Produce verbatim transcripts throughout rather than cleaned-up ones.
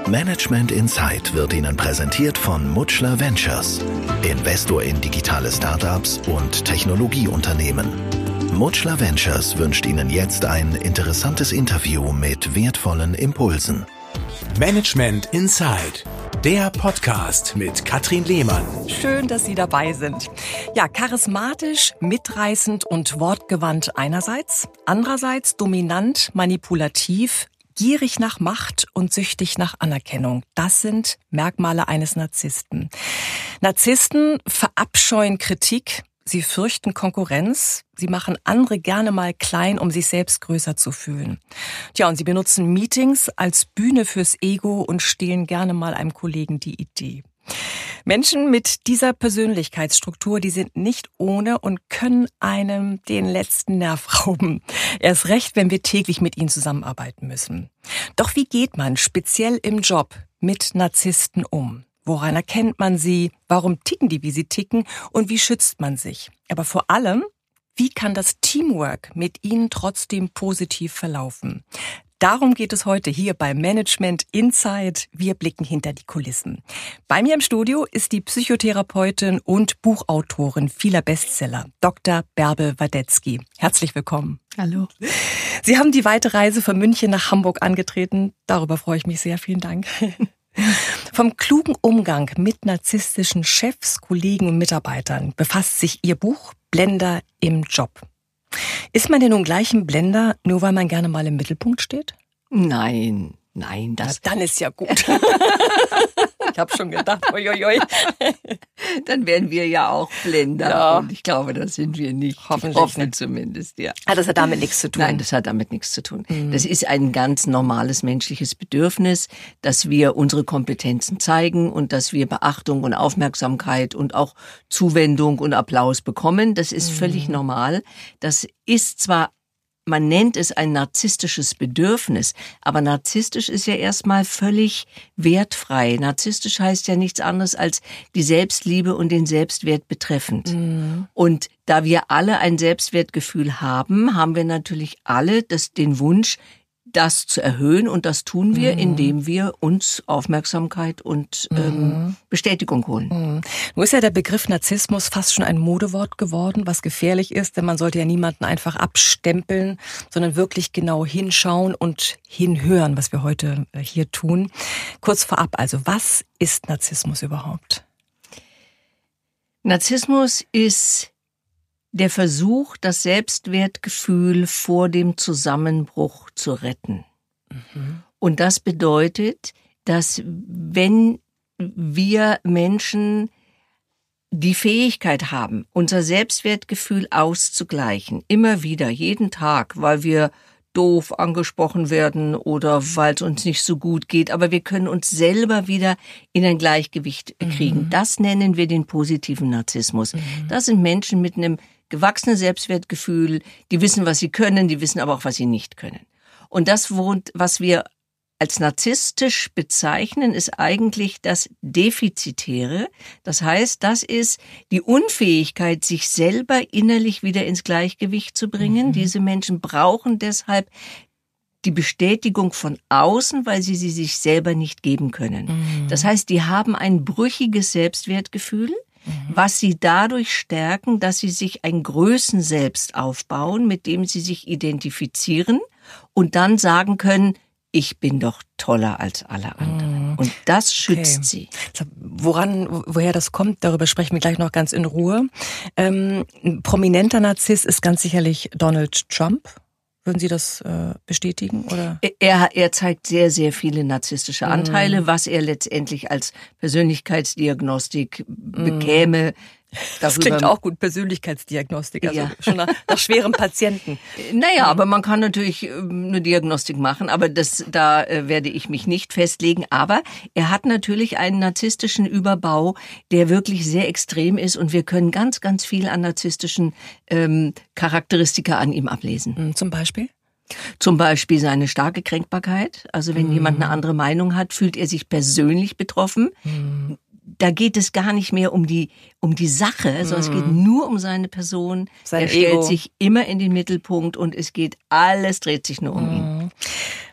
Management Insight wird Ihnen präsentiert von Mutschler Ventures, Investor in digitale Startups und Technologieunternehmen. Mutschler Ventures wünscht Ihnen jetzt ein interessantes Interview mit wertvollen Impulsen. Management Insight, der Podcast mit Katrin Lehmann. Schön, dass Sie dabei sind. Ja, charismatisch, mitreißend und wortgewandt einerseits, andererseits dominant, manipulativ, gierig nach Macht und süchtig nach Anerkennung. Das sind Merkmale eines Narzissten. Narzissten verabscheuen Kritik, sie fürchten Konkurrenz, sie machen andere gerne mal klein, um sich selbst größer zu fühlen. Tja, und sie benutzen Meetings als Bühne fürs Ego und stehlen gerne mal einem Kollegen die Idee. Menschen mit dieser Persönlichkeitsstruktur, die sind nicht ohne und können einem den letzten Nerv rauben. Erst recht, wenn wir täglich mit ihnen zusammenarbeiten müssen. Doch wie geht man speziell im Job mit Narzissten um? Woran erkennt man sie? Warum ticken die, wie sie ticken? Und wie schützt man sich? Aber vor allem, wie kann das Teamwork mit ihnen trotzdem positiv verlaufen? Darum geht es heute hier bei Management Insight. Wir blicken hinter die Kulissen. Bei mir im Studio ist die Psychotherapeutin und Buchautorin vieler Bestseller, Doktor Bärbel Wadetzky. Herzlich willkommen. Hallo. Sie haben die weite Reise von München nach Hamburg angetreten. Darüber freue ich mich sehr. Vielen Dank. Vom klugen Umgang mit narzisstischen Chefs, Kollegen und Mitarbeitern befasst sich Ihr Buch Blender im Job. Ist man denn nun gleich ein Blender, nur weil man gerne mal im Mittelpunkt steht? Nein, nein, das... Na, dann ist ja gut. Ich habe schon gedacht, uiuiui. Dann wären wir ja auch Blender. Ja. Und ich glaube, das sind wir nicht. Hoffentlich Hoffen nicht. Zumindest, ja. Ah, das hat damit nichts zu tun. Nein, das hat damit nichts zu tun. Mhm. Das ist ein ganz normales menschliches Bedürfnis, dass wir unsere Kompetenzen zeigen und dass wir Beachtung und Aufmerksamkeit und auch Zuwendung und Applaus bekommen. Das ist mhm. völlig normal. Das ist zwar, man nennt es ein narzisstisches Bedürfnis, aber narzisstisch ist ja erstmal völlig wertfrei. Narzisstisch heißt ja nichts anderes als die Selbstliebe und den Selbstwert betreffend. Mhm. Und da wir alle ein Selbstwertgefühl haben, haben wir natürlich alle das, den Wunsch, das zu erhöhen, und das tun wir, mhm. indem wir uns Aufmerksamkeit und mhm. ähm, Bestätigung holen. Mhm. Nun ist ja der Begriff Narzissmus fast schon ein Modewort geworden, was gefährlich ist, denn man sollte ja niemanden einfach abstempeln, sondern wirklich genau hinschauen und hinhören, was wir heute hier tun. Kurz vorab, also was ist Narzissmus überhaupt? Narzissmus ist der Versuch, das Selbstwertgefühl vor dem Zusammenbruch zu retten. Mhm. Und das bedeutet, dass wenn wir Menschen die Fähigkeit haben, unser Selbstwertgefühl auszugleichen, immer wieder, jeden Tag, weil wir doof angesprochen werden oder weil es uns nicht so gut geht, aber wir können uns selber wieder in ein Gleichgewicht kriegen. Mhm. Das nennen wir den positiven Narzissmus. Mhm. Das sind Menschen mit einem gewachsene Selbstwertgefühl, die wissen, was sie können, die wissen aber auch, was sie nicht können. Und das, was wir als narzisstisch bezeichnen, ist eigentlich das Defizitäre. Das heißt, das ist die Unfähigkeit, sich selber innerlich wieder ins Gleichgewicht zu bringen. Mhm. Diese Menschen brauchen deshalb die Bestätigung von außen, weil sie sie sich selber nicht geben können. Mhm. Das heißt, die haben ein brüchiges Selbstwertgefühl, was sie dadurch stärken, dass sie sich ein Größenselbst aufbauen, mit dem sie sich identifizieren und dann sagen können, ich bin doch toller als alle anderen. Und das schützt okay. sie. Woran, woher das kommt, darüber sprechen wir gleich noch ganz in Ruhe. Ähm, ein prominenter Narzisst ist ganz sicherlich Donald Trump. Würden Sie das äh, bestätigen? Oder? Er, er zeigt sehr, sehr viele narzisstische Anteile, mm. was er letztendlich als Persönlichkeitsdiagnostik mm. bekäme. Das klingt auch gut, Persönlichkeitsdiagnostik, also ja. schon nach, nach schweren Patienten. Naja, mhm. aber man kann natürlich eine Diagnostik machen, aber das da äh, werde ich mich nicht festlegen. Aber er hat natürlich einen narzisstischen Überbau, der wirklich sehr extrem ist, und wir können ganz, ganz viel an narzisstischen ähm, Charakteristika an ihm ablesen. Zum Beispiel? Zum Beispiel seine starke Kränkbarkeit. Also wenn mhm. jemand eine andere Meinung hat, fühlt er sich persönlich betroffen. Mhm. Da geht es gar nicht mehr um die um die Sache, sondern mhm. es geht nur um seine Person. Sein er stellt Ego. sich immer in den Mittelpunkt und es geht, alles dreht sich nur um mhm. ihn.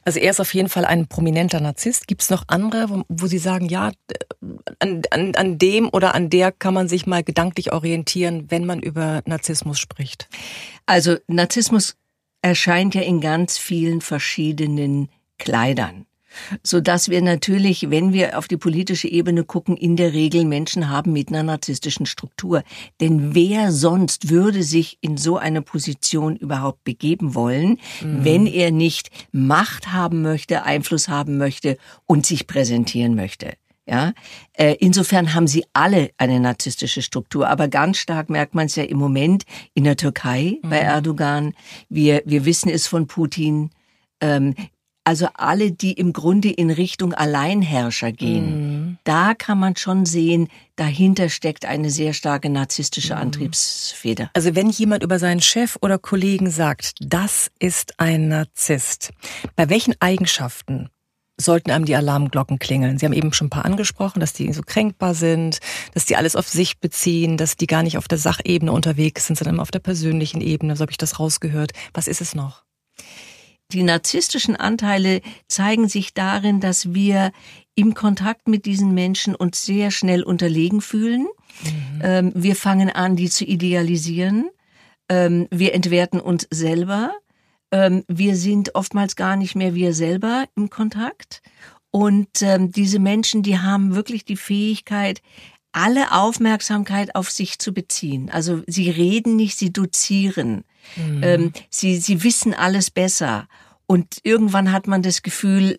Also er ist auf jeden Fall ein prominenter Narzisst. Gibt es noch andere, wo, wo Sie sagen, ja, an, an, an dem oder an der kann man sich mal gedanklich orientieren, wenn man über Narzissmus spricht? Also Narzissmus erscheint ja in ganz vielen verschiedenen Kleidern, sodass wir natürlich, wenn wir auf die politische Ebene gucken, in der Regel Menschen haben mit einer narzisstischen Struktur. Denn wer sonst würde sich in so eine Position überhaupt begeben wollen, mhm. wenn er nicht Macht haben möchte, Einfluss haben möchte und sich präsentieren möchte? Ja, äh, insofern haben sie alle eine narzisstische Struktur, aber ganz stark merkt man es ja im Moment in der Türkei mhm. bei Erdogan. Wir wir wissen es von Putin. Ähm, also alle, die im Grunde in Richtung Alleinherrscher gehen, mhm. da kann man schon sehen, dahinter steckt eine sehr starke narzisstische mhm. Antriebsfeder. Also wenn jemand über seinen Chef oder Kollegen sagt, das ist ein Narzisst, bei welchen Eigenschaften sollten einem die Alarmglocken klingeln? Sie haben eben schon ein paar angesprochen, dass die so kränkbar sind, dass die alles auf sich beziehen, dass die gar nicht auf der Sachebene unterwegs sind, sondern auf der persönlichen Ebene. So habe ich das rausgehört. Was ist es noch? Die narzisstischen Anteile zeigen sich darin, dass wir im Kontakt mit diesen Menschen uns sehr schnell unterlegen fühlen. Mhm. Ähm, wir fangen an, die zu idealisieren. Ähm, wir entwerten uns selber. Wir sind oftmals gar nicht mehr wir selber im Kontakt. Und ähm, diese Menschen, die haben wirklich die Fähigkeit, alle Aufmerksamkeit auf sich zu beziehen. Also sie reden nicht, sie dozieren. Mhm. Ähm, sie, sie wissen alles besser. Und irgendwann hat man das Gefühl,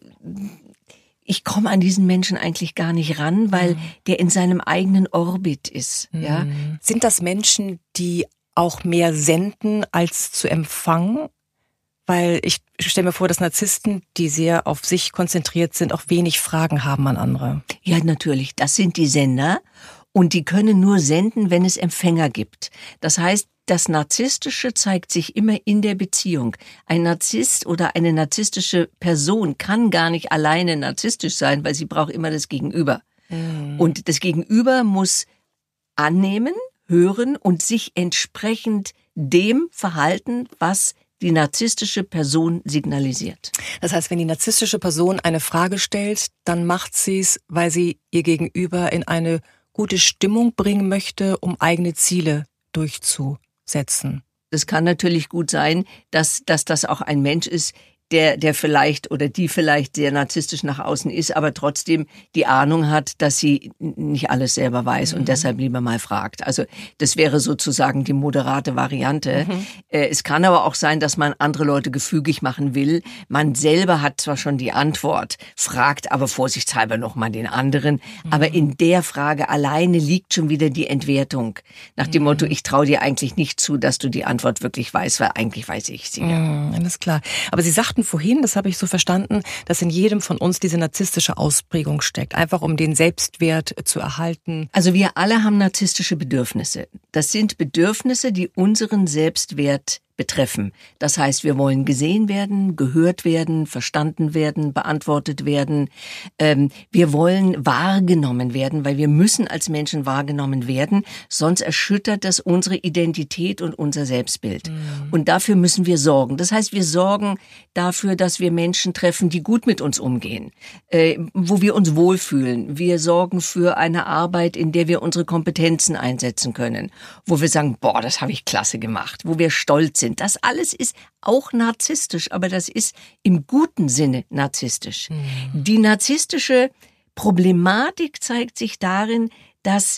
ich komme an diesen Menschen eigentlich gar nicht ran, weil mhm. der in seinem eigenen Orbit ist. Mhm. Ja? Sind das Menschen, die auch mehr senden als zu empfangen? Weil ich stelle mir vor, dass Narzissten, die sehr auf sich konzentriert sind, auch wenig Fragen haben an andere. Ja, natürlich. Das sind die Sender. Und die können nur senden, wenn es Empfänger gibt. Das heißt, das Narzisstische zeigt sich immer in der Beziehung. Ein Narzisst oder eine narzisstische Person kann gar nicht alleine narzisstisch sein, weil sie braucht immer das Gegenüber. Mhm. Und das Gegenüber muss annehmen, hören und sich entsprechend dem verhalten, was die narzisstische Person signalisiert. Das heißt, wenn die narzisstische Person eine Frage stellt, dann macht sie es, weil sie ihr Gegenüber in eine gute Stimmung bringen möchte, um eigene Ziele durchzusetzen. Es kann natürlich gut sein, dass, dass das auch ein Mensch ist, der, der vielleicht oder die vielleicht sehr narzisstisch nach außen ist, aber trotzdem die Ahnung hat, dass sie nicht alles selber weiß mhm. und deshalb lieber mal fragt. Also das wäre sozusagen die moderate Variante. Mhm. Äh, es kann aber auch sein, dass man andere Leute gefügig machen will. Man selber hat zwar schon die Antwort, fragt aber vorsichtshalber nochmal den anderen. Mhm. Aber in der Frage alleine liegt schon wieder die Entwertung. Nach dem mhm. Motto, ich traue dir eigentlich nicht zu, dass du die Antwort wirklich weißt, weil eigentlich weiß ich sie. Mhm, alles klar. Aber Sie sagten vorhin, das habe ich so verstanden, dass in jedem von uns diese narzisstische Ausprägung steckt, einfach um den Selbstwert zu erhalten. Also wir alle haben narzisstische Bedürfnisse. Das sind Bedürfnisse, die unseren Selbstwert betreffen. Das heißt, wir wollen gesehen werden, gehört werden, verstanden werden, beantwortet werden. Ähm, wir wollen wahrgenommen werden, weil wir müssen als Menschen wahrgenommen werden, sonst erschüttert das unsere Identität und unser Selbstbild. Mhm. Und dafür müssen wir sorgen. Das heißt, wir sorgen dafür, dass wir Menschen treffen, die gut mit uns umgehen, äh, wo wir uns wohlfühlen. Wir sorgen für eine Arbeit, in der wir unsere Kompetenzen einsetzen können, wo wir sagen, boah, das habe ich klasse gemacht, wo wir stolz sind. Das alles ist auch narzisstisch, aber das ist im guten Sinne narzisstisch. Mhm. Die narzisstische Problematik zeigt sich darin, dass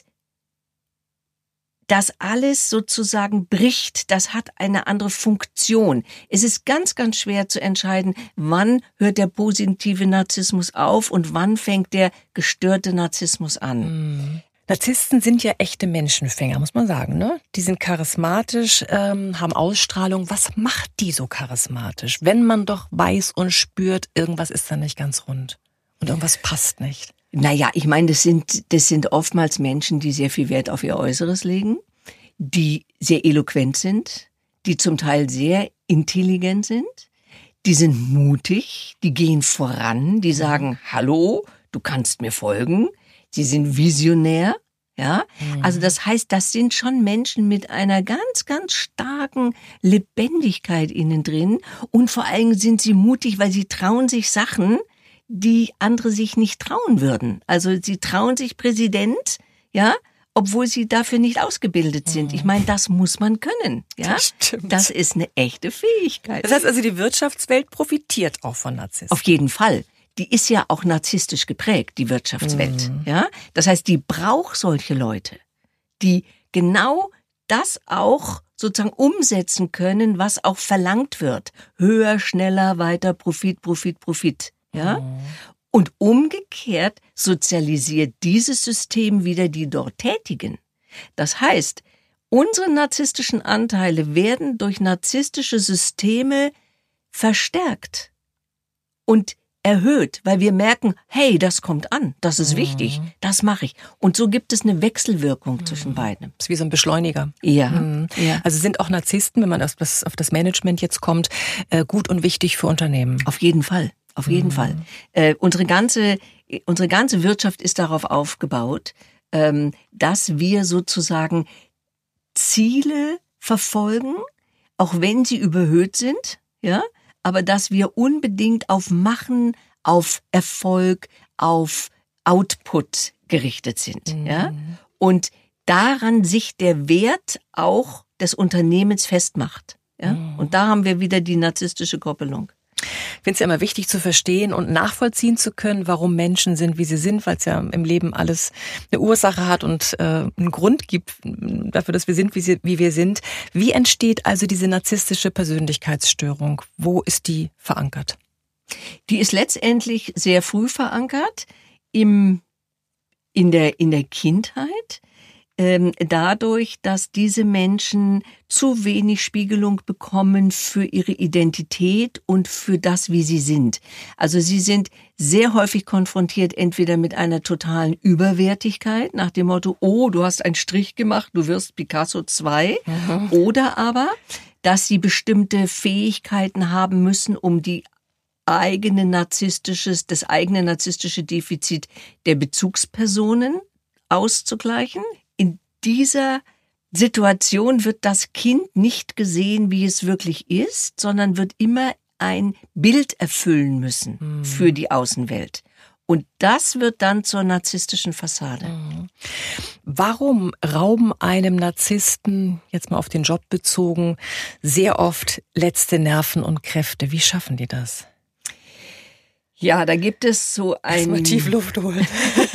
das alles sozusagen bricht, das hat eine andere Funktion. Es ist ganz, ganz schwer zu entscheiden, wann hört der positive Narzissmus auf und wann fängt der gestörte Narzissmus an. Mhm. Narzissten sind ja echte Menschenfänger, muss man sagen, ne? Die sind charismatisch, ähm, haben Ausstrahlung. Was macht die so charismatisch? Wenn man doch weiß und spürt, irgendwas ist da nicht ganz rund und irgendwas passt nicht. Naja, ich meine, das sind, das sind oftmals Menschen, die sehr viel Wert auf ihr Äußeres legen, die sehr eloquent sind, die zum Teil sehr intelligent sind, die sind mutig, die gehen voran, die sagen, hallo, du kannst mir folgen. Sie sind visionär, Ja, also das heißt, das sind schon Menschen mit einer ganz, ganz starken Lebendigkeit innen drin und vor allem sind sie mutig, weil sie trauen sich Sachen, die andere sich nicht trauen würden. Also sie trauen sich Präsident, ja, obwohl sie dafür nicht ausgebildet sind. Ich meine, das muss man können, ja. Das stimmt. Das ist eine echte Fähigkeit. Das heißt also, die Wirtschaftswelt profitiert auch von Narzissten. Auf jeden Fall. Die ist ja auch narzisstisch geprägt, die Wirtschaftswelt. Mhm. Ja, das heißt, die braucht solche Leute, die genau das auch sozusagen umsetzen können, was auch verlangt wird. Höher, schneller, weiter, Profit, Profit, Profit. Ja. Mhm. Und umgekehrt sozialisiert dieses System wieder die dort Tätigen. Das heißt, unsere narzisstischen Anteile werden durch narzisstische Systeme verstärkt und erhöht, weil wir merken, hey, das kommt an, das ist mhm. wichtig, das mache ich. Und so gibt es eine Wechselwirkung mhm. zwischen beiden. Das ist wie so ein Beschleuniger. Ja. Mhm. ja. Also sind auch Narzissten, wenn man auf das, auf das Management jetzt kommt, gut und wichtig für Unternehmen? Auf jeden Fall, auf jeden mhm. Fall. Äh, unsere ganze, unsere ganze Wirtschaft ist darauf aufgebaut, ähm, dass wir sozusagen Ziele verfolgen, auch wenn sie überhöht sind, ja, aber dass wir unbedingt auf Machen, auf Erfolg, auf Output gerichtet sind, mhm. ja, und daran sich der Wert auch des Unternehmens festmacht, ja, mhm. und da haben wir wieder die narzisstische Koppelung. Ich finde es ja immer wichtig zu verstehen und nachvollziehen zu können, warum Menschen sind, wie sie sind, weil es ja im Leben alles eine Ursache hat und äh, einen Grund gibt dafür, dass wir sind, wie, sie, wie wir sind. Wie entsteht also diese narzisstische Persönlichkeitsstörung? Wo ist die verankert? Die ist letztendlich sehr früh verankert im, in der, in der Kindheit. Ähm, dadurch, dass diese Menschen zu wenig Spiegelung bekommen für ihre Identität und für das, wie sie sind. Also sie sind sehr häufig konfrontiert entweder mit einer totalen Überwertigkeit, nach dem Motto, oh, du hast einen Strich gemacht, du wirst Picasso zwei, mhm. oder aber, dass sie bestimmte Fähigkeiten haben müssen, um die eigene narzisstisches, das eigene narzisstische Defizit der Bezugspersonen auszugleichen. In dieser Situation wird das Kind nicht gesehen, wie es wirklich ist, sondern wird immer ein Bild erfüllen müssen mhm. für die Außenwelt. Und das wird dann zur narzisstischen Fassade. Mhm. Warum rauben einem Narzissten, jetzt mal auf den Job bezogen, sehr oft letzte Nerven und Kräfte? Wie schaffen die das? Ja, da gibt es so ein... Erstmal tief Luft holen.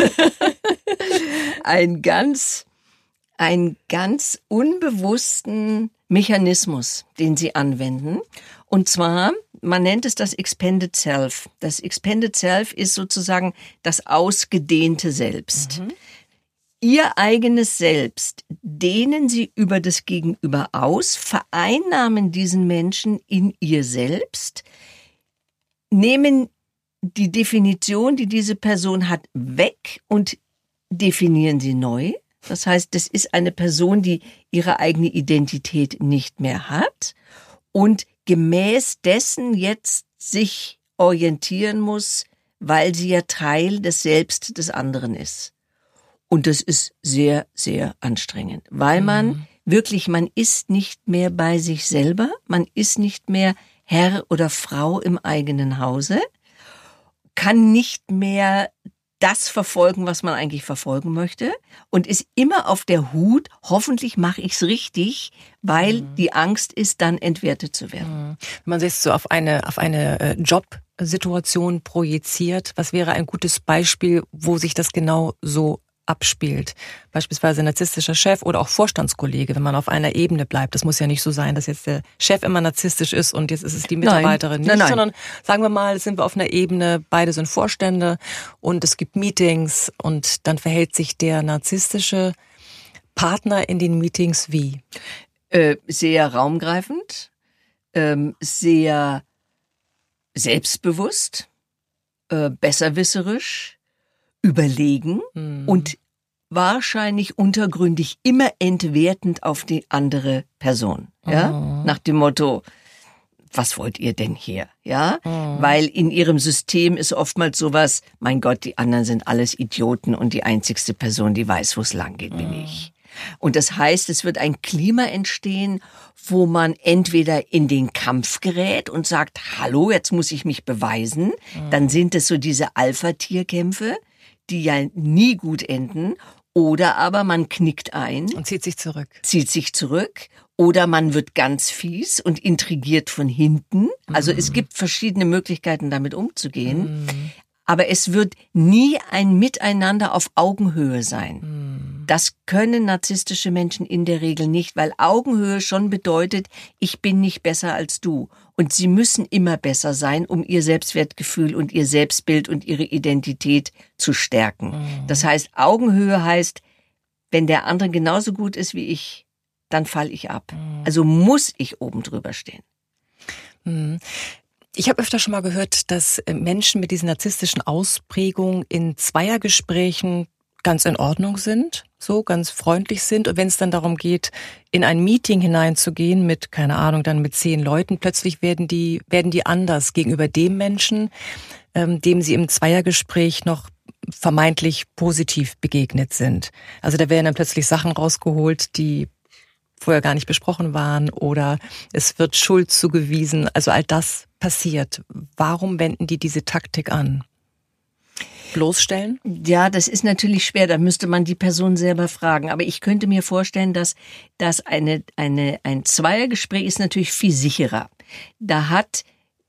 ein ganz... einen ganz unbewussten Mechanismus, den sie anwenden. Und zwar, man nennt es das Expanded Self. Das Expanded Self ist sozusagen das ausgedehnte Selbst. Mhm. Ihr eigenes Selbst dehnen sie über das Gegenüber aus, vereinnahmen diesen Menschen in ihr Selbst, nehmen die Definition, die diese Person hat, weg und definieren sie neu. Das heißt, das ist eine Person, die ihre eigene Identität nicht mehr hat und gemäß dessen jetzt sich orientieren muss, weil sie ja Teil des Selbst des anderen ist. Und das ist sehr, sehr anstrengend, weil man mhm. wirklich, man ist nicht mehr bei sich selber, man ist nicht mehr Herr oder Frau im eigenen Hause, kann nicht mehr das verfolgen, was man eigentlich verfolgen möchte und ist immer auf der Hut, hoffentlich mache ich es richtig, weil mhm. die Angst ist, dann entwertet zu werden. Mhm. Wenn man sich so auf eine, auf eine Jobsituation projiziert, was wäre ein gutes Beispiel, wo sich das genau so abspielt? Beispielsweise narzisstischer Chef oder auch Vorstandskollege, wenn man auf einer Ebene bleibt. Das muss ja nicht so sein, dass jetzt der Chef immer narzisstisch ist und jetzt ist es die Mitarbeiterin nein, nicht, nein, nein. sondern sagen wir mal, sind wir auf einer Ebene, beide sind Vorstände und es gibt Meetings und dann verhält sich der narzisstische Partner in den Meetings wie? Äh, sehr raumgreifend, ähm, sehr selbstbewusst, äh, besserwisserisch, überlegen mhm. und wahrscheinlich untergründig immer entwertend auf die andere Person. Ja? Oh. Nach dem Motto, was wollt ihr denn hier? Ja, mhm. Weil in ihrem System ist oftmals sowas, mein Gott, die anderen sind alles Idioten und die einzigste Person, die weiß, wo es lang geht, bin mhm. ich. Und das heißt, es wird ein Klima entstehen, wo man entweder in den Kampf gerät und sagt, hallo, jetzt muss ich mich beweisen. Mhm. Dann sind es so diese Alpha-Tierkämpfe, die ja nie gut enden. Oder aber man knickt ein. Und zieht sich zurück. Zieht sich zurück. Oder man wird ganz fies und intrigiert von hinten. Also mhm. es gibt verschiedene Möglichkeiten, damit umzugehen. Mhm. Aber es wird nie ein Miteinander auf Augenhöhe sein. Mhm. Das können narzisstische Menschen in der Regel nicht, weil Augenhöhe schon bedeutet, ich bin nicht besser als du. Und sie müssen immer besser sein, um ihr Selbstwertgefühl und ihr Selbstbild und ihre Identität zu stärken. Mhm. Das heißt, Augenhöhe heißt, wenn der andere genauso gut ist wie ich, dann falle ich ab. Mhm. Also muss ich oben drüber stehen. Mhm. Ich habe öfter schon mal gehört, dass Menschen mit diesen narzisstischen Ausprägungen in Zweiergesprächen ganz in Ordnung sind, so ganz freundlich sind. Und wenn es dann darum geht, in ein Meeting hineinzugehen mit, keine Ahnung, dann mit zehn Leuten, plötzlich werden die werden die anders gegenüber dem Menschen, ähm, dem sie im Zweiergespräch noch vermeintlich positiv begegnet sind. Also da werden dann plötzlich Sachen rausgeholt, die vorher gar nicht besprochen waren, oder es wird Schuld zugewiesen. Also all das passiert. Warum wenden die diese Taktik an? Bloßstellen? Ja, das ist natürlich schwer. Da müsste man die Person selber fragen. Aber ich könnte mir vorstellen, dass, dass eine, eine, ein Zweiergespräch ist natürlich viel sicherer. Da hat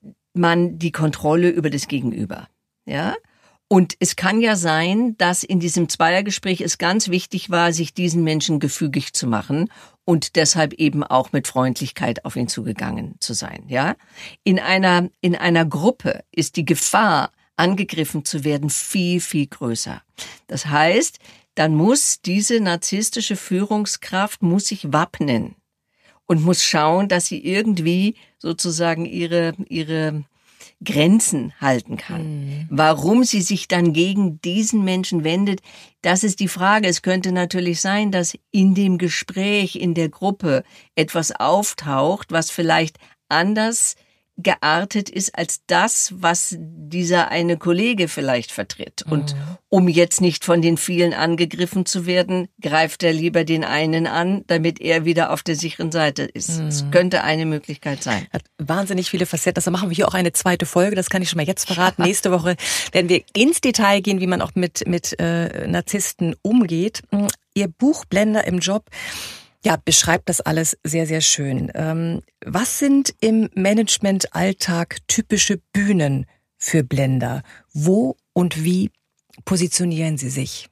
man die Kontrolle über das Gegenüber. Ja? Und es kann ja sein, dass in diesem Zweiergespräch es ganz wichtig war, sich diesen Menschen gefügig zu machen und deshalb eben auch mit Freundlichkeit auf ihn zugegangen zu sein. Ja? In einer, in einer Gruppe ist die Gefahr, angegriffen zu werden, viel, viel größer. Das heißt, dann muss diese narzisstische Führungskraft muss sich wappnen und muss schauen, dass sie irgendwie sozusagen ihre, ihre Grenzen halten kann. Mhm. Warum sie sich dann gegen diesen Menschen wendet, das ist die Frage. Es könnte natürlich sein, dass in dem Gespräch, in der Gruppe etwas auftaucht, was vielleicht anders geartet ist als das, was dieser eine Kollege vielleicht vertritt. Mhm. Und um jetzt nicht von den vielen angegriffen zu werden, greift er lieber den einen an, damit er wieder auf der sicheren Seite ist. Mhm. Es könnte eine Möglichkeit sein. Hat wahnsinnig viele Facetten. Das machen wir hier auch eine zweite Folge. Das kann ich schon mal jetzt verraten. Ja. Nächste Woche werden wir ins Detail gehen, wie man auch mit, mit äh, Narzissten umgeht. Ihr Buch Blender im Job, ja, beschreibt das alles sehr, sehr schön. Ähm, was sind im Management-Alltag typische Bühnen für Blender? Wo und wie positionieren Sie sich?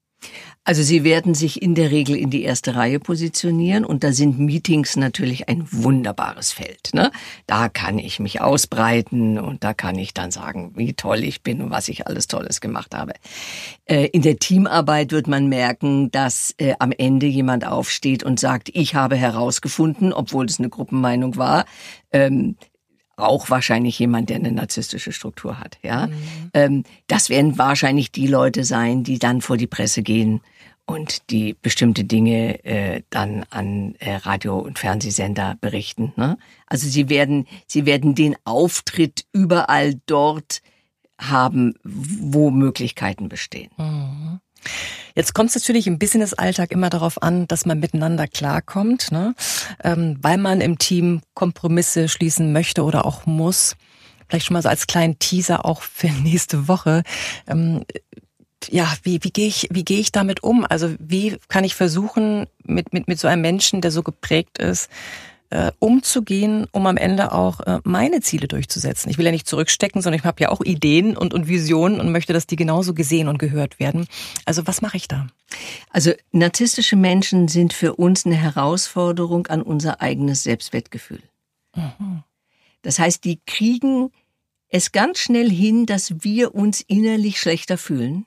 Also Sie werden sich in der Regel in die erste Reihe positionieren und da sind Meetings natürlich ein wunderbares Feld, ne? Da kann ich mich ausbreiten und da kann ich dann sagen, wie toll ich bin und was ich alles Tolles gemacht habe. Äh, in der Teamarbeit wird man merken, dass äh, am Ende jemand aufsteht und sagt, ich habe herausgefunden, obwohl es eine Gruppenmeinung war, ähm, auch wahrscheinlich jemand, der eine narzisstische Struktur hat, ja. Mhm. Ähm, das werden wahrscheinlich die Leute sein, die dann vor die Presse gehen und die bestimmte Dinge äh, dann an äh, Radio- und Fernsehsender berichten, ne? Also sie werden, sie werden den Auftritt überall dort haben, wo Möglichkeiten bestehen. Mhm. Jetzt kommt es natürlich im Business-Alltag immer darauf an, dass man miteinander klarkommt, ne? Ähm, weil man im Team Kompromisse schließen möchte oder auch muss. Vielleicht schon mal so als kleinen Teaser auch für nächste Woche. Ähm, ja, wie, wie gehe ich, wie gehe ich damit um? Also wie kann ich versuchen, mit, mit, mit so einem Menschen, der so geprägt ist, äh, umzugehen, um am Ende auch äh, meine Ziele durchzusetzen. Ich will ja nicht zurückstecken, sondern ich habe ja auch Ideen und, und Visionen und möchte, dass die genauso gesehen und gehört werden. Also was mache ich da? Also narzisstische Menschen sind für uns eine Herausforderung an unser eigenes Selbstwertgefühl. Mhm. Das heißt, die kriegen es ganz schnell hin, dass wir uns innerlich schlechter fühlen.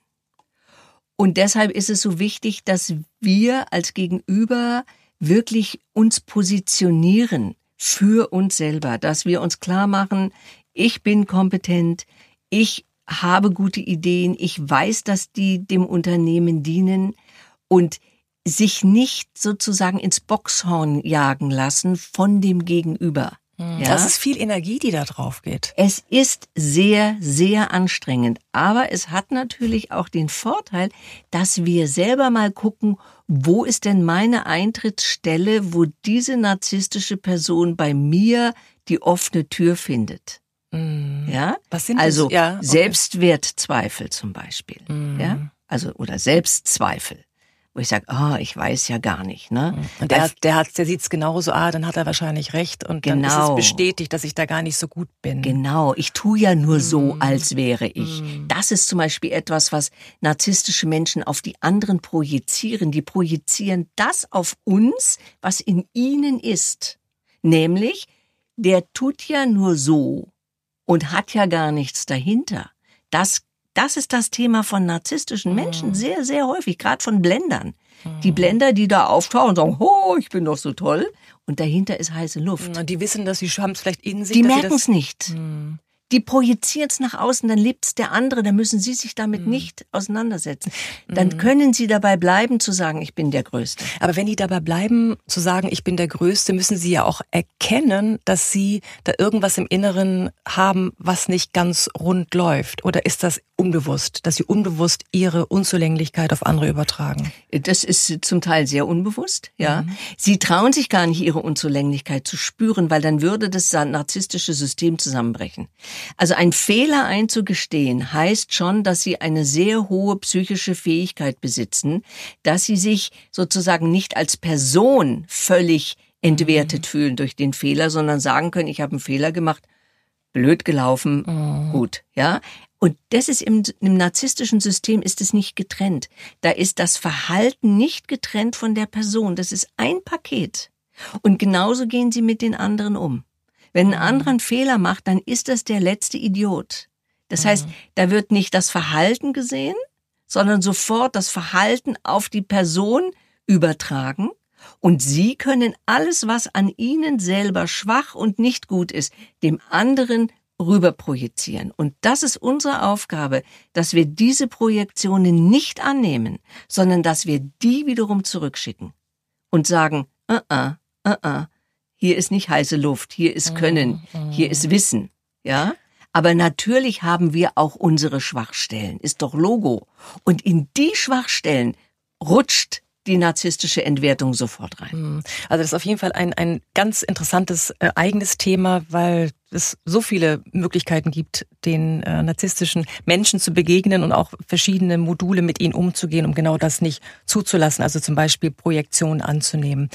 Und deshalb ist es so wichtig, dass wir als Gegenüber wirklich uns positionieren für uns selber, dass wir uns klar machen, ich bin kompetent, ich habe gute Ideen, ich weiß, dass die dem Unternehmen dienen und sich nicht sozusagen ins Boxhorn jagen lassen von dem Gegenüber. Ja? Das ist viel Energie, die da drauf geht. Es ist sehr, sehr anstrengend. Aber es hat natürlich auch den Vorteil, dass wir selber mal gucken, wo ist denn meine Eintrittsstelle, wo diese narzisstische Person bei mir die offene Tür findet. Mm. Ja? Was sind also das? Ja, okay. Selbstwertzweifel zum Beispiel. Mm. Ja? Also oder Selbstzweifel. Wo ich sage, ah, oh, ich weiß ja gar nicht, ne? Und der, der hat, der sieht's genauso, ah, dann hat er wahrscheinlich recht und genau. dann ist es bestätigt, dass ich da gar nicht so gut bin. Genau, ich tue ja nur so, mm. als wäre ich. Mm. Das ist zum Beispiel etwas, was narzisstische Menschen auf die anderen projizieren. Die projizieren das auf uns, was in ihnen ist. Nämlich, der tut ja nur so und hat ja gar nichts dahinter. Das Das ist das Thema von narzisstischen Menschen, sehr, sehr häufig, gerade von Blendern. Die Blender, die da auftauchen und sagen, oh, ich bin doch so toll. Und dahinter ist heiße Luft. Und die wissen, dass sie haben es vielleicht in sich. Die dass merken es nicht. Hm. Die projizieren es nach außen, dann lebt es der andere, dann müssen sie sich damit hm. nicht auseinandersetzen. Dann hm. können sie dabei bleiben zu sagen, ich bin der Größte. Aber wenn die dabei bleiben zu sagen, ich bin der Größte, müssen sie ja auch erkennen, dass sie da irgendwas im Inneren haben, was nicht ganz rund läuft. Oder ist das unbewusst, dass sie unbewusst ihre Unzulänglichkeit auf andere übertragen? Das ist zum Teil sehr unbewusst, ja. Mhm. Sie trauen sich gar nicht, ihre Unzulänglichkeit zu spüren, weil dann würde das narzisstische System zusammenbrechen. Also ein Fehler einzugestehen heißt schon, dass sie eine sehr hohe psychische Fähigkeit besitzen, dass sie sich sozusagen nicht als Person völlig entwertet mhm. fühlen durch den Fehler, sondern sagen können, ich habe einen Fehler gemacht, blöd gelaufen, mhm. gut, ja. Und das ist im, im narzisstischen System ist es nicht getrennt. Da ist das Verhalten nicht getrennt von der Person. Das ist ein Paket. Und genauso gehen sie mit den anderen um. Wenn ein anderer einen Fehler macht, dann ist das der letzte Idiot. Das heißt, da wird nicht das Verhalten gesehen, sondern sofort das Verhalten auf die Person übertragen. Und sie können alles, was an ihnen selber schwach und nicht gut ist, dem anderen rüber projizieren. Und das ist unsere Aufgabe, dass wir diese Projektionen nicht annehmen, sondern dass wir die wiederum zurückschicken und sagen, uh -uh, uh -uh, hier ist nicht heiße Luft, hier ist Können, hier ist Wissen, ja? Aber natürlich haben wir auch unsere Schwachstellen, ist doch Logo. Und in die Schwachstellen rutscht die narzisstische Entwertung sofort rein. Also das ist auf jeden Fall ein, ein ganz interessantes äh, eigenes Thema, weil es so viele Möglichkeiten gibt, den äh, narzisstischen Menschen zu begegnen und auch verschiedene Module mit ihnen umzugehen, um genau das nicht zuzulassen, also zum Beispiel Projektionen anzunehmen.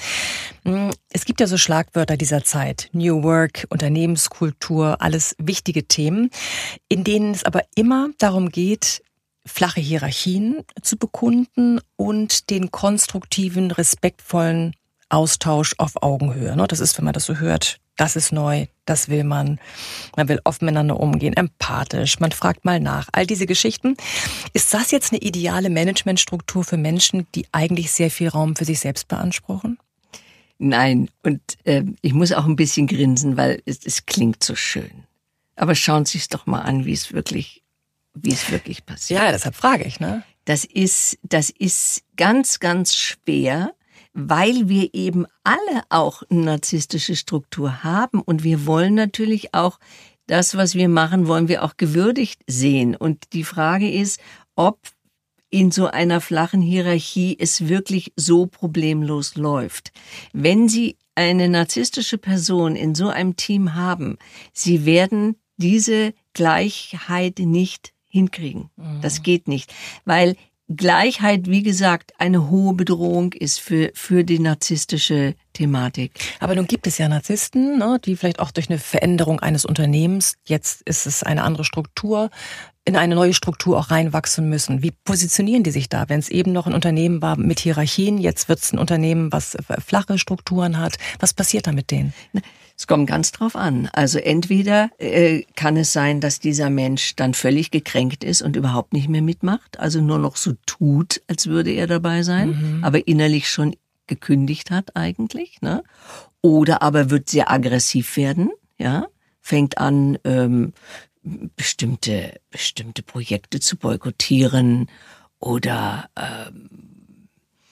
Es gibt ja so Schlagwörter dieser Zeit, New Work, Unternehmenskultur, alles wichtige Themen, in denen es aber immer darum geht, flache Hierarchien zu bekunden und den konstruktiven, respektvollen Austausch auf Augenhöhe. Das ist, wenn man das so hört, das ist neu, das will man. Man will offen miteinander umgehen, empathisch, man fragt mal nach. All diese Geschichten. Ist das jetzt eine ideale Managementstruktur für Menschen, die eigentlich sehr viel Raum für sich selbst beanspruchen? Nein, und äh, ich muss auch ein bisschen grinsen, weil es, es klingt so schön. Aber schauen Sie es doch mal an, wie es wirklich wie es wirklich passiert. Ja, deshalb frage ich, ne? Das ist, das ist ganz, ganz schwer, weil wir eben alle auch eine narzisstische Struktur haben und wir wollen natürlich auch das, was wir machen, wollen wir auch gewürdigt sehen. Und die Frage ist, ob in so einer flachen Hierarchie es wirklich so problemlos läuft. Wenn Sie eine narzisstische Person in so einem Team haben, Sie werden diese Gleichheit nicht hinkriegen. Das geht nicht, weil Gleichheit, wie gesagt, eine hohe Bedrohung ist für für die narzisstische Thematik. Aber nun gibt es ja Narzissten, ne, die vielleicht auch durch eine Veränderung eines Unternehmens, jetzt ist es eine andere Struktur, in eine neue Struktur auch reinwachsen müssen. Wie positionieren die sich da, wenn es eben noch ein Unternehmen war mit Hierarchien, jetzt wird es ein Unternehmen, was flache Strukturen hat. Was passiert da mit denen? Es kommt ganz drauf an. Also entweder äh, kann es sein, dass dieser Mensch dann völlig gekränkt ist und überhaupt nicht mehr mitmacht, also nur noch so tut, als würde er dabei sein, mhm. aber innerlich schon gekündigt hat eigentlich, ne? Oder aber wird sehr aggressiv werden, ja, fängt an ähm, bestimmte bestimmte Projekte zu boykottieren oder ähm,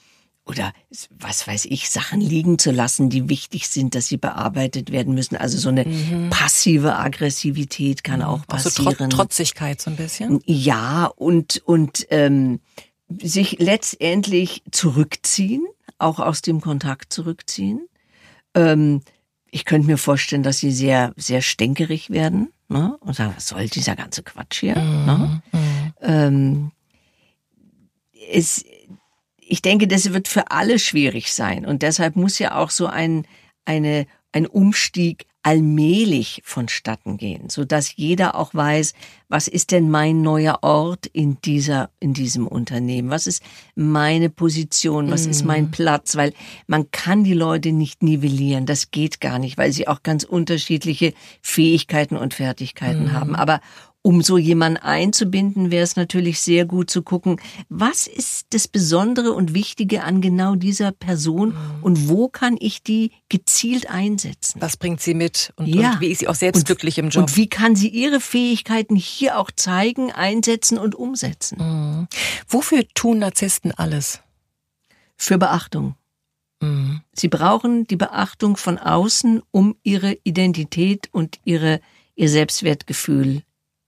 oder was weiß ich, Sachen liegen zu lassen, die wichtig sind, dass sie bearbeitet werden müssen. Also so eine mhm. passive Aggressivität kann mhm. auch passieren. Also Trotzigkeit so ein bisschen? Ja, und und ähm, sich letztendlich zurückziehen, auch aus dem Kontakt zurückziehen. Ähm, ich könnte mir vorstellen, dass sie sehr sehr stänkerig werden, ne? Und sagen, was soll dieser ganze Quatsch hier? Mhm. Ne? Mhm. Ähm, es Ich denke, das wird für alle schwierig sein. Und deshalb muss ja auch so ein, eine, ein Umstieg allmählich vonstatten gehen, sodass jeder auch weiß, was ist denn mein neuer Ort in dieser, in diesem Unternehmen? Was ist meine Position? Was mm. ist mein Platz? Weil man kann die Leute nicht nivellieren. Das geht gar nicht, weil sie auch ganz unterschiedliche Fähigkeiten und Fertigkeiten mm. haben. Aber um so jemanden einzubinden, wäre es natürlich sehr gut zu gucken, was ist das Besondere und Wichtige an genau dieser Person mhm. und wo kann ich die gezielt einsetzen? Was bringt sie mit und, ja. und wie ist sie auch selbst und, glücklich im Job? Und wie kann sie ihre Fähigkeiten hier auch zeigen, einsetzen und umsetzen? Mhm. Wofür tun Narzissten alles? Für Beachtung. Mhm. Sie brauchen die Beachtung von außen, um ihre Identität und ihre, ihr Selbstwertgefühl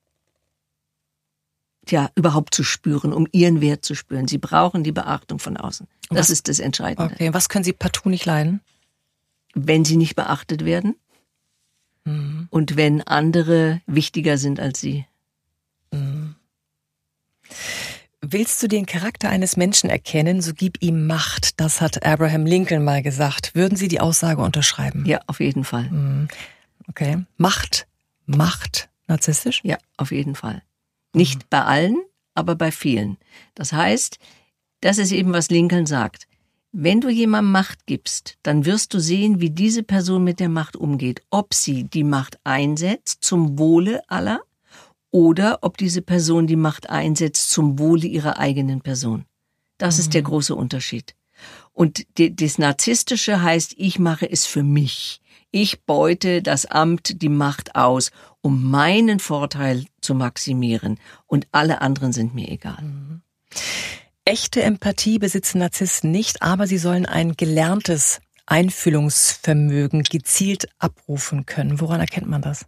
ja, überhaupt zu spüren, um ihren Wert zu spüren. Sie brauchen die Beachtung von außen. Das was, ist das Entscheidende. Okay, was können Sie partout nicht leiden? Wenn sie nicht beachtet werden mhm. und wenn andere wichtiger sind als sie. Mhm. Willst du den Charakter eines Menschen erkennen, so gib ihm Macht. Das hat Abraham Lincoln mal gesagt. Würden Sie die Aussage unterschreiben? Ja, auf jeden Fall. Mhm. Okay. Macht, Macht, narzisstisch? Ja, auf jeden Fall. Nicht bei allen, aber bei vielen. Das heißt, das ist eben, was Lincoln sagt. Wenn du jemandem Macht gibst, dann wirst du sehen, wie diese Person mit der Macht umgeht. Ob sie die Macht einsetzt zum Wohle aller oder ob diese Person die Macht einsetzt zum Wohle ihrer eigenen Person. Das mhm. ist der große Unterschied. Und die, das Narzisstische heißt, ich mache es für mich. Ich beute das Amt, die Macht aus, um meinen Vorteil zu maximieren. Und alle anderen sind mir egal. Mhm. Echte Empathie besitzen Narzissten nicht, aber sie sollen ein gelerntes Einfühlungsvermögen gezielt abrufen können. Woran erkennt man das?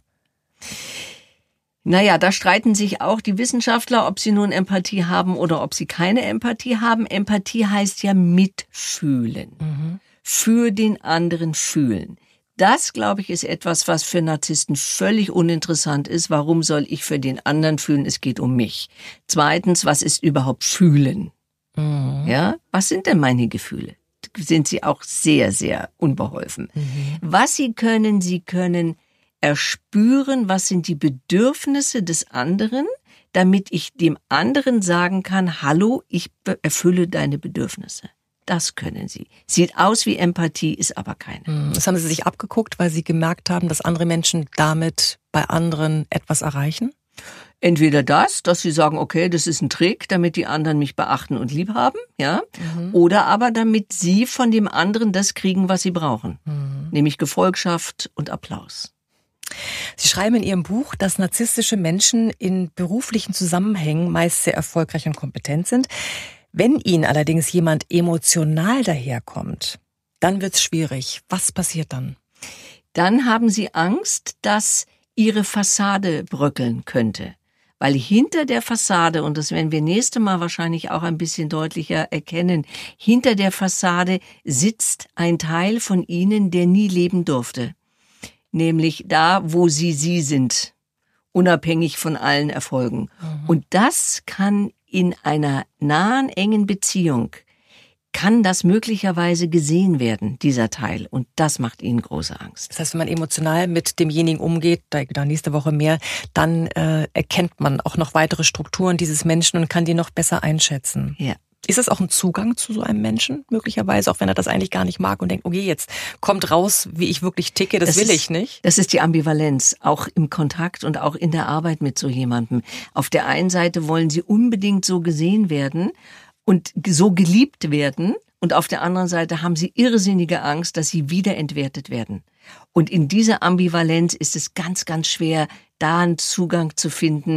Naja, da streiten sich auch die Wissenschaftler, ob sie nun Empathie haben oder ob sie keine Empathie haben. Empathie heißt ja mitfühlen. Mhm. Für den anderen fühlen. Das, glaube ich, ist etwas, was für Narzissten völlig uninteressant ist. Warum soll ich für den anderen fühlen? Es geht um mich. Zweitens, was ist überhaupt fühlen? Mhm. Ja, was sind denn meine Gefühle? Sind sie auch sehr, sehr unbeholfen. Mhm. Was sie können, sie können erspüren, was sind die Bedürfnisse des anderen, damit ich dem anderen sagen kann, hallo, ich erfülle deine Bedürfnisse. Das können sie. Sieht aus wie Empathie, ist aber keine. Das haben Sie sich abgeguckt, weil Sie gemerkt haben, dass andere Menschen damit bei anderen etwas erreichen? Entweder das, dass sie sagen, okay, das ist ein Trick, damit die anderen mich beachten und lieb haben, ja, mhm. oder aber damit sie von dem anderen das kriegen, was sie brauchen, mhm. nämlich Gefolgschaft und Applaus. Sie schreiben in Ihrem Buch, dass narzisstische Menschen in beruflichen Zusammenhängen meist sehr erfolgreich und kompetent sind. Wenn Ihnen allerdings jemand emotional daherkommt, dann wird's schwierig. Was passiert dann? Dann haben Sie Angst, dass Ihre Fassade bröckeln könnte. Weil hinter der Fassade, und das werden wir nächste Mal wahrscheinlich auch ein bisschen deutlicher erkennen, hinter der Fassade sitzt ein Teil von Ihnen, der nie leben durfte. Nämlich da, wo Sie Sie sind, unabhängig von allen Erfolgen. Mhm. Und das kann in einer nahen, engen Beziehung, kann das möglicherweise gesehen werden, dieser Teil. Und das macht ihnen große Angst. Das heißt, wenn man emotional mit demjenigen umgeht, da, da nächste Woche mehr, dann äh, erkennt man auch noch weitere Strukturen dieses Menschen und kann die noch besser einschätzen. Ja. Ist das auch ein Zugang zu so einem Menschen, möglicherweise, auch wenn er das eigentlich gar nicht mag und denkt, okay, jetzt kommt raus, wie ich wirklich ticke, das, das will ist, ich nicht? Das ist die Ambivalenz, auch im Kontakt und auch in der Arbeit mit so jemandem. Auf der einen Seite wollen sie unbedingt so gesehen werden und so geliebt werden, und auf der anderen Seite haben sie irrsinnige Angst, dass sie wieder entwertet werden. Und in dieser Ambivalenz ist es ganz, ganz schwer, da einen Zugang zu finden.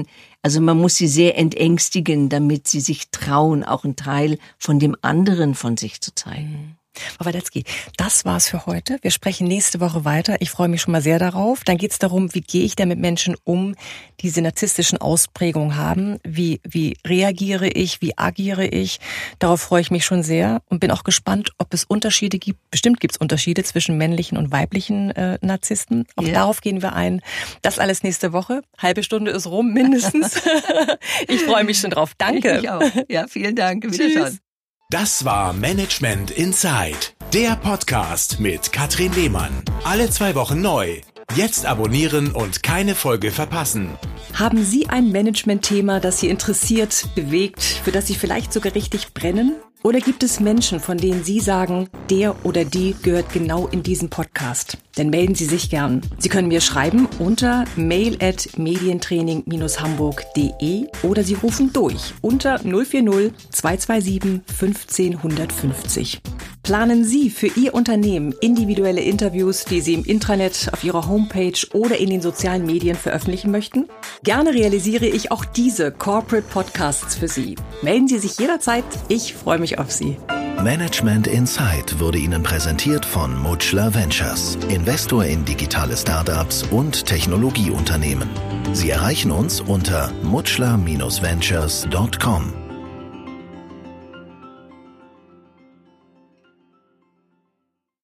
Also man muss sie sehr entängstigen, damit sie sich trauen, auch einen Teil von dem anderen von sich zu zeigen. Frau Wadetzky, das war's für heute. Wir sprechen nächste Woche weiter. Ich freue mich schon mal sehr darauf. Dann geht's darum, wie gehe ich denn mit Menschen um, die diese narzisstischen Ausprägungen haben? Wie, wie reagiere ich? Wie agiere ich? Darauf freue ich mich schon sehr und bin auch gespannt, ob es Unterschiede gibt. Bestimmt gibt's Unterschiede zwischen männlichen und weiblichen äh, Narzissten. Auch ja. Darauf gehen wir ein. Das alles nächste Woche. Halbe Stunde ist rum, mindestens. Ich freue mich schon drauf. Danke. Ich auch. Ja, vielen Dank. Wiederschauen. Das war Management Inside, der Podcast mit Katrin Lehmann. Alle zwei Wochen neu. Jetzt abonnieren und keine Folge verpassen. Haben Sie ein Management-Thema, das Sie interessiert, bewegt, für das Sie vielleicht sogar richtig brennen? Oder gibt es Menschen, von denen Sie sagen, der oder die gehört genau in diesen Podcast? Dann melden Sie sich gern. Sie können mir schreiben unter mail at medientraining dash hamburg punkt de oder Sie rufen durch unter null vier null zwei zwei sieben fünfzehn hundertfünfzig. Planen Sie für Ihr Unternehmen individuelle Interviews, die Sie im Intranet, auf Ihrer Homepage oder in den sozialen Medien veröffentlichen möchten? Gerne realisiere ich auch diese Corporate Podcasts für Sie. Melden Sie sich jederzeit. Ich freue mich auf Sie. Management Inside wurde Ihnen präsentiert von Mutchler Ventures, Investor in digitale Startups und Technologieunternehmen. Sie erreichen uns unter mutchler Bindestrich ventures Punkt com.